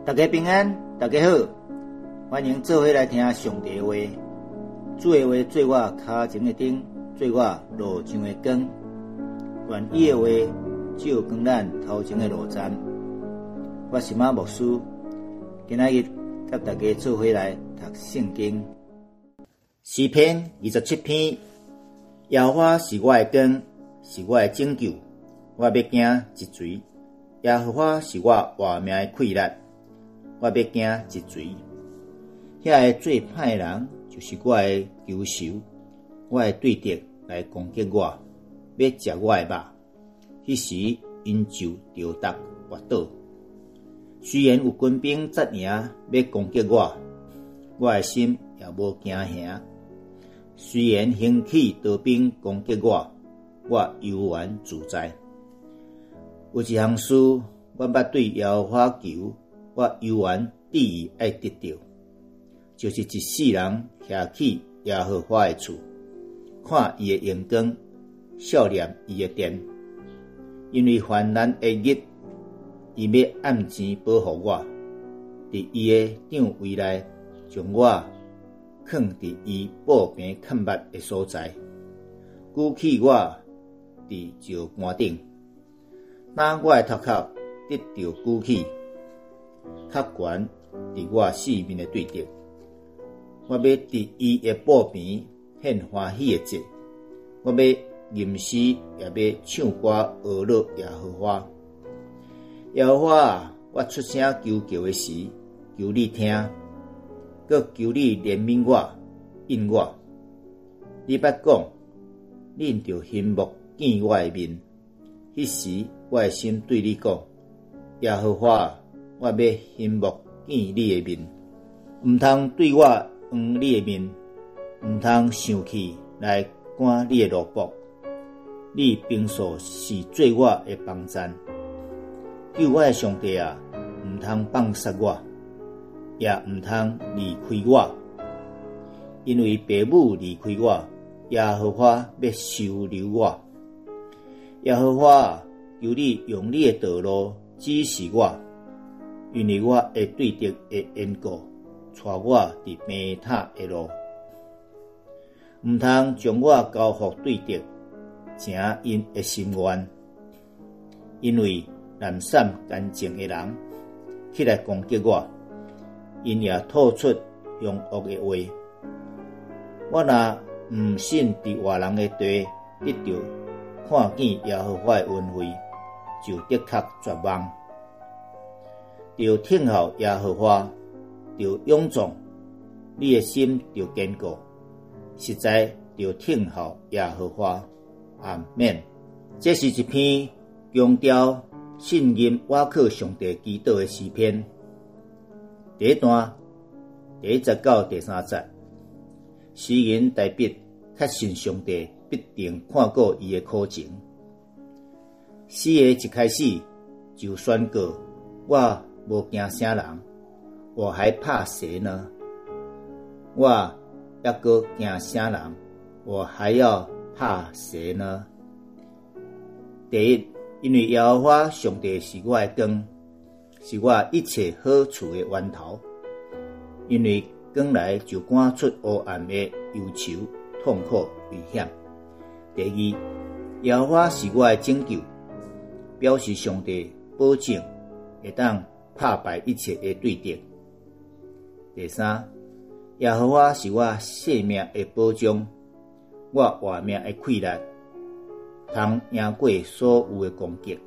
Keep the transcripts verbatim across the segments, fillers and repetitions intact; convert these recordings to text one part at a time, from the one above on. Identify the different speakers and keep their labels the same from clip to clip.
Speaker 1: 大家平安，大家好，欢迎做伙来听上帝的话。主的话做我脚前的灯，做我路上的光。愿伊的话照光咱头前的路站。我是马牧师，今仔日甲大家做伙来读圣经。诗篇二十七篇，耶和华是我的光，是我的拯救，我要惊一锤。耶和华是我活命的溃力，我要惊一锤。遐个最歹的人就是我的仇仇，我的对敌来攻击我，要食我的肉。迄时因就着踏滑倒。虽然有军兵扎营要攻击我，我的心也无惊吓。虽然兴起刀兵攻击我，我悠然自在。有一项事，我捌对耶和华求，我悠然志意爱得到，就是一世人徛起耶和华的厝，看伊的阳光，笑念伊的殿。因为患难的日，伊要暗前保护我，伫伊的帐位内，将我放伫伊布边看捌的所在，举起我伫石棺顶。当我的头壳得到举起，较悬伫我四面的对敌，我要伫伊的布边献欢喜的节，我要吟诗，也要唱歌学乐耶和华。耶和华啊，我出声求救的时，求你听，搁求你怜悯我，应我。你捌讲，恁着翕目见我的面。迄时我的心对你讲，耶和华，我要翕目见你的面，毋通对我黄你的面，毋通生气来赶你的路卜。你平素是做我的帮站，救我的上帝啊，毋通放杀我，也毋通离开我，因为父母离开我，耶和华要收留我。耶和华，求你用你的道路指示我，因为我会对敌的缘故，带我伫平坦的路，毋通将我交付对敌，正因的心愿。因为懒散干净的人起来攻击我，因也吐出凶恶的话。我若毋信伫活人的地得到看见耶和华的恩惠，就的确绝望。着听候耶和华，着勇壮，你的心着坚固，实在着听候耶和华。阿免。这是一篇强调信任倚靠上帝基督的诗篇。第一段第一节到第三节，诗人大笔确信上帝必定看顾伊的苦情。诗的一开始就宣告：我无惊啥人，我还怕谁呢？我抑阁惊啥人，我还要怕谁呢？第一，因为耶和华上帝是我的光，是我一切好处的源头。因为光来就赶出黑暗的忧愁、痛苦、危险。第二，耶和华是我的拯救，表示上帝保证会当打败一切的对敌。第三，耶和华是我性命的保障，我活命的溃力，通赢过所有的攻击。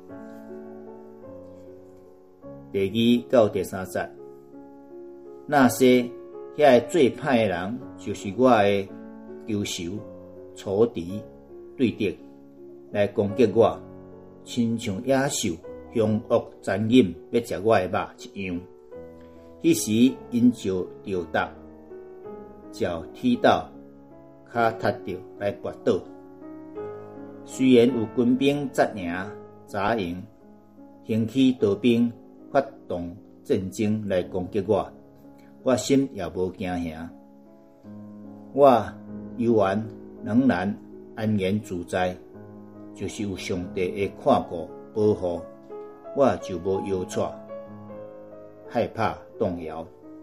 Speaker 1: 第二到第三节，那些遐个最歹的人，就是我的仇仇、仇敌、对敌，来攻击我，亲像野兽、凶恶、残忍，要食我的肉一样。迄时因就着踏，脚踢到，脚踢着来滑倒。虽然有军兵扎营、扎营，兴起刀兵发动战争来攻击我，我心也无惊吓。我悠然仍然安然自在，就是有上帝的看顾保护，我就无忧喘。 害怕动摇。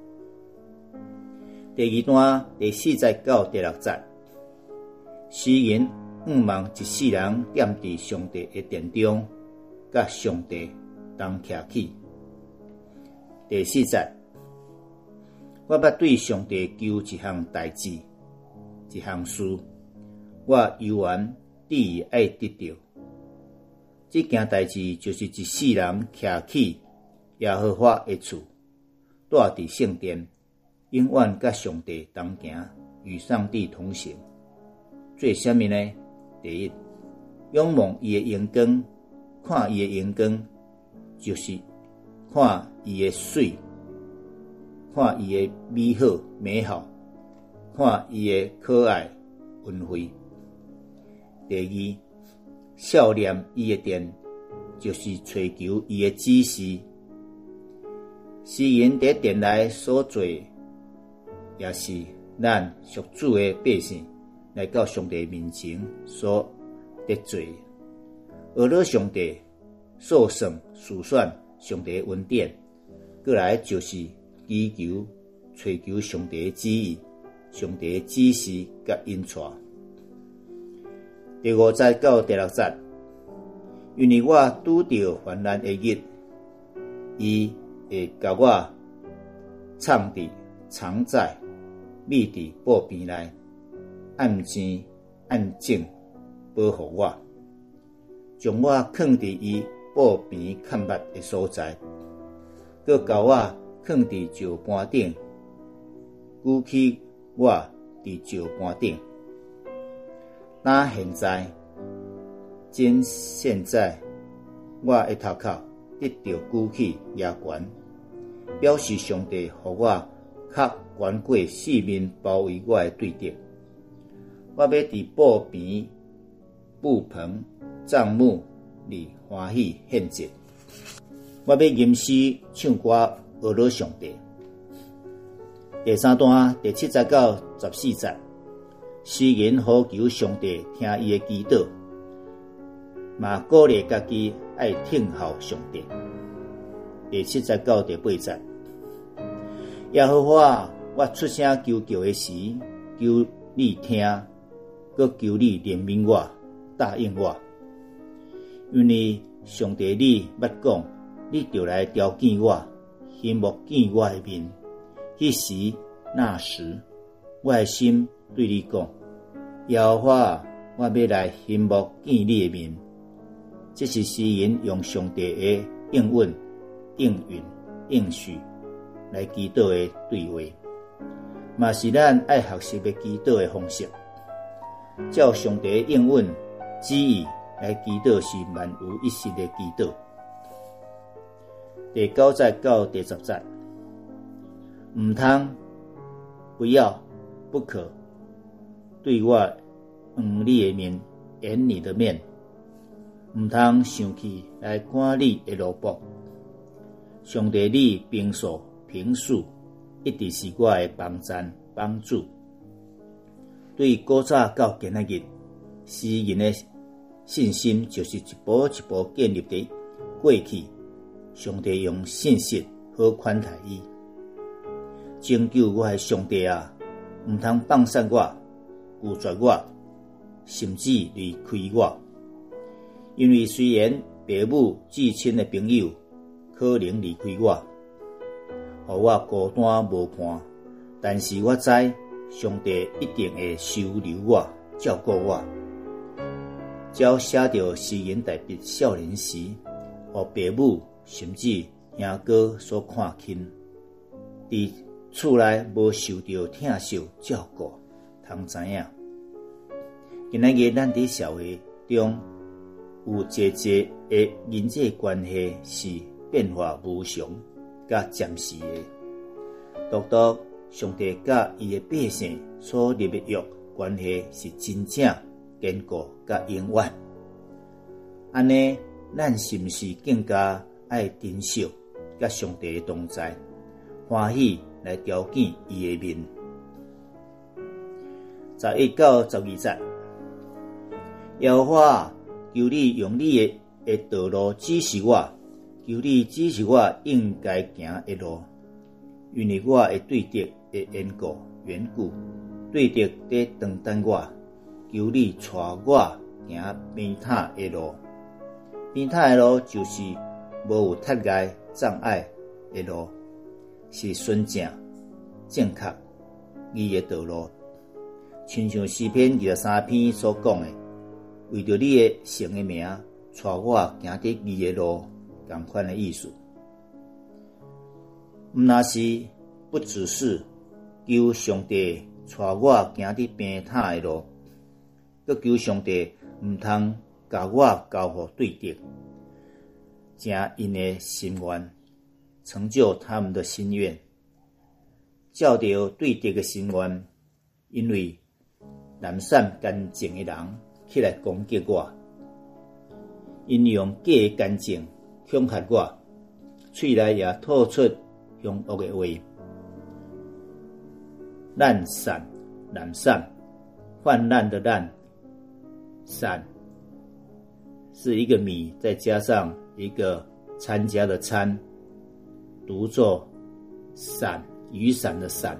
Speaker 1: 第二段第四节到第六节，诗人仰望一世人踮伫上帝的殿中，甲上帝同徛起。第四节，我捌对上帝求一项代志，一项事，我犹原志意爱得到。这件代志就是一世人徛起耶和华的厝，住伫圣殿，永远甲上帝同行，与上帝同行。做什么呢？第一，仰望伊的荣光，看伊的荣光，就是看伊的水，看伊的美好美好，看伊的可爱恩惠。第二，孝念伊的殿，就是找求伊的指示。诗人伫殿内所做，也是咱属主的百姓来到上帝面前所得做。而了上帝数算数算上帝的恩典，过来就是祈求找求上帝的旨意、上帝的指示甲引带。第五节到第六节，因为我拄着患难的日，伊会甲我藏伫藏在密伫布边内，暗前暗静保护我，将我藏伫伊布边看捌的所在，佮甲我藏伫石盘顶，举起我伫石盘顶。那现在，今现在，我的头壳得到举起也悬，表示上帝互我较悬过四面包围我的对敌。我要伫布边、布棚、帐幕里欢喜献祭。我要吟诗唱歌学了上帝。第三段第七节到十四节，诗人呼求上帝听伊的祈祷，嘛鼓励家己爱听候上帝。第七节到第八节，耶和华，我出声求救的时，求你听，佮求你怜悯我，答应我。因为上帝你捌讲，你就来朝见我，翕目见我的面。迄时那时，我的心对你讲，耶和华，我要来翕目见你的面。这是诗人用上帝的应允、应允、应许来祈祷的对话，嘛是咱爱学习的祈祷的方式。照上帝的应允、旨意来祈祷是万无一失的祈祷。第九节到第十节，唔通不要不可对我黄你的面，掩你的面，唔通生气来赶你的路步。上帝你平素平素，一直是我的帮赞帮助。对古早到今仔日，诗人的信心就是一步一步建立伫过去。上帝用信实好款待伊，拯救我的上帝啊！唔通放散我、拒绝我，甚至离开我。因为虽然父母至亲的朋友可能离开我，互我孤单无伴，但是我知上帝一定会收留我、照顾我。照写着诗人大笔少年时，互父母甚至兄哥所看轻，伫厝内无受到疼惜照顾，通知影。今仔日咱伫社会中有一个的人际关系是变化无常、甲暂时的。独独上帝甲伊的百姓所立的约关系是真正坚固甲永远。安尼，咱是毋是更加爱珍惜甲上帝的同在，欢喜来朝见伊的面？十一到十二节，耶和华，求你用你的道路指示我， 求你指示我应该行的路，因为我的对敌的缘故缘故，对敌在等等我，求你带我行平坦的路。平坦的路就是无有窒碍障碍的路，是纯正正确义的道路。亲像诗篇二十三篇所讲的，为着你的圣的名，带我行伫义的路，同款的意思。毋那是不只是求上帝带我行伫平坦的路，阁求上帝毋通甲我交互对敌，成因的心愿，成就他们的心愿，照着对敌的心愿，因为懒散干净的人起来攻击我，因用假的干净恐吓我，喙内也吐出凶恶的话。懒散，懒散，泛滥的滥，散是一个米再加上一个参加的参，读作伞，雨伞的伞。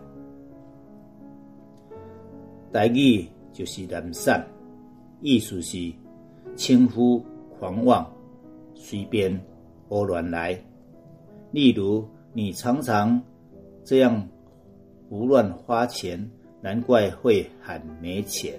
Speaker 1: 台语就是懒散，意思是轻忽、狂妄、随便、胡乱来。例如，你常常这样胡乱花钱，难怪会喊没钱。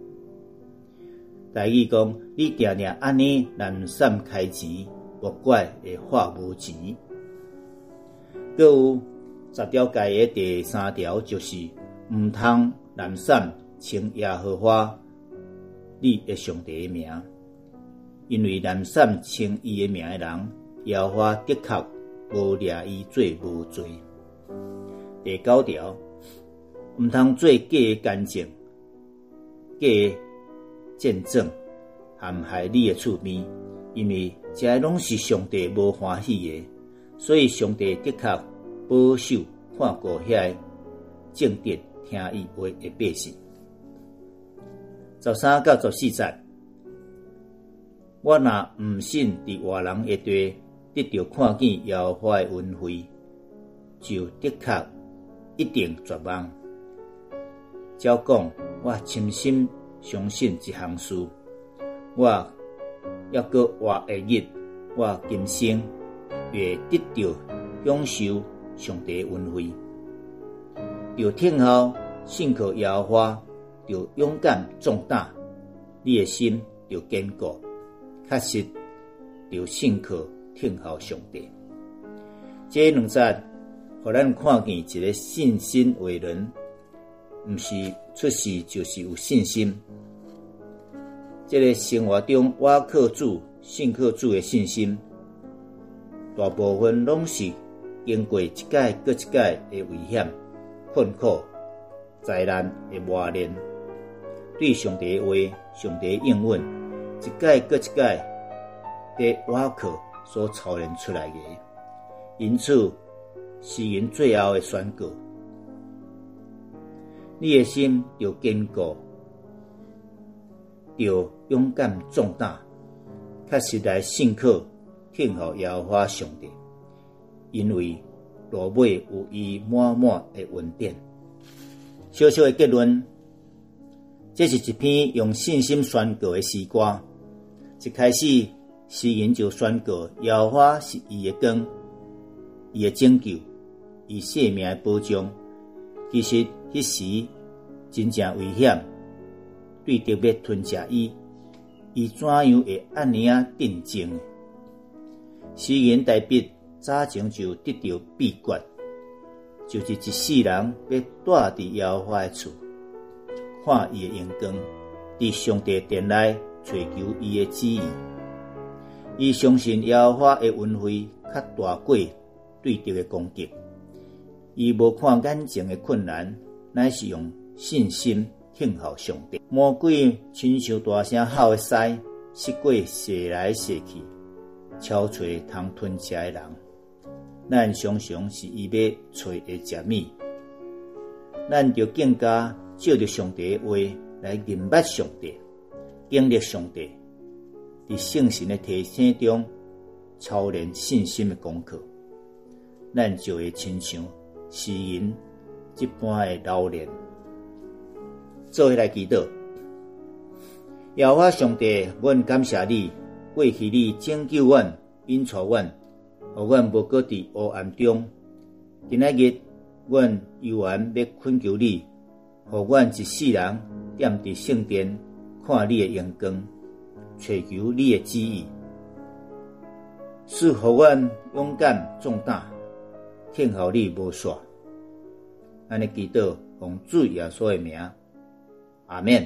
Speaker 1: 台语讲，你定定安尼懒散开钱，莫怪会花无钱。还有十条戒的第三条就是，毋通懒散称耶和华你的上帝的名，因为懒散称伊的名的人，耶和华的确无掠伊做无罪。第九条，毋通做假的干净、假的见证，陷害你的厝边，因为这拢是上帝无欢喜的，所以上帝的确保守看顾遐正直听伊话的百姓。十三到十四节，我若毋信伫活人的地得到看见耶和华的恩惠，就的确一定绝望。照讲，我深深相信一项事，我要搁活的日，我今生会得到享受上帝的恩惠，就听候信靠耶和华，就勇敢壮大，你的心就坚固，确实就信靠听候上帝。这两节互咱看见一个信心为人，毋是出世就是有信心。这个生活中，我靠主、信靠主的信心，大部分拢是经过一届搁一届的危险、困苦、灾难的磨练，对上帝的话、上帝的应允，一届搁一届的我靠所操练出来的。因此，诗人最后的宣告：你的心要坚固，要勇敢壮大，确实来信靠听候耶和华上帝，因为路尾有伊满满的恩典。小小的结论，这是一篇用信心宣告的诗歌。一开始，诗人就宣告耶和华是伊的光，伊的拯救，伊生命的保障。其实迄时真正危险，对敌要吞食伊，伊怎样会安尼啊镇静？诗人大笔早前就得到秘诀，就是一世人要住伫耶和华的厝，看伊的阳光，伫上帝殿内找求伊的旨意。伊相信耶和华的恩惠较大过对敌的攻击。伊无看眼前的困难，乃是用信心听候上帝。魔鬼亲像大声吼的狮，食过射来射去，超找通吞食的人。咱常常是伊要找的食物，咱就更加照着上帝的话来认捌上帝，经历上帝，伫圣神的提醒中操练信心的功课，咱就会亲像诗人一般的老练。做伙来祈祷。耶和华上帝，阮感谢你，过去你拯救阮、引带阮，互阮无搁伫黑暗中。今仔日，阮犹原要恳求你，互阮一世人踮伫圣殿，看你的阳光，找求你的旨意，使互阮勇敢壮胆，听候你无煞。安尼祈祷，奉主耶稣的名，阿免。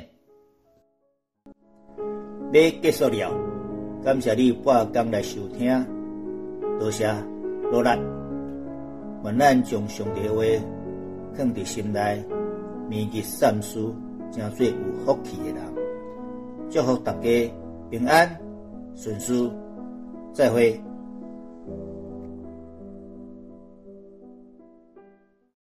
Speaker 1: 要结束了，感谢你半工来收听，多谢努力。愿咱将上帝的话放伫心内，铭记善事，成做有福气的人。祝福大家平安顺遂，再会。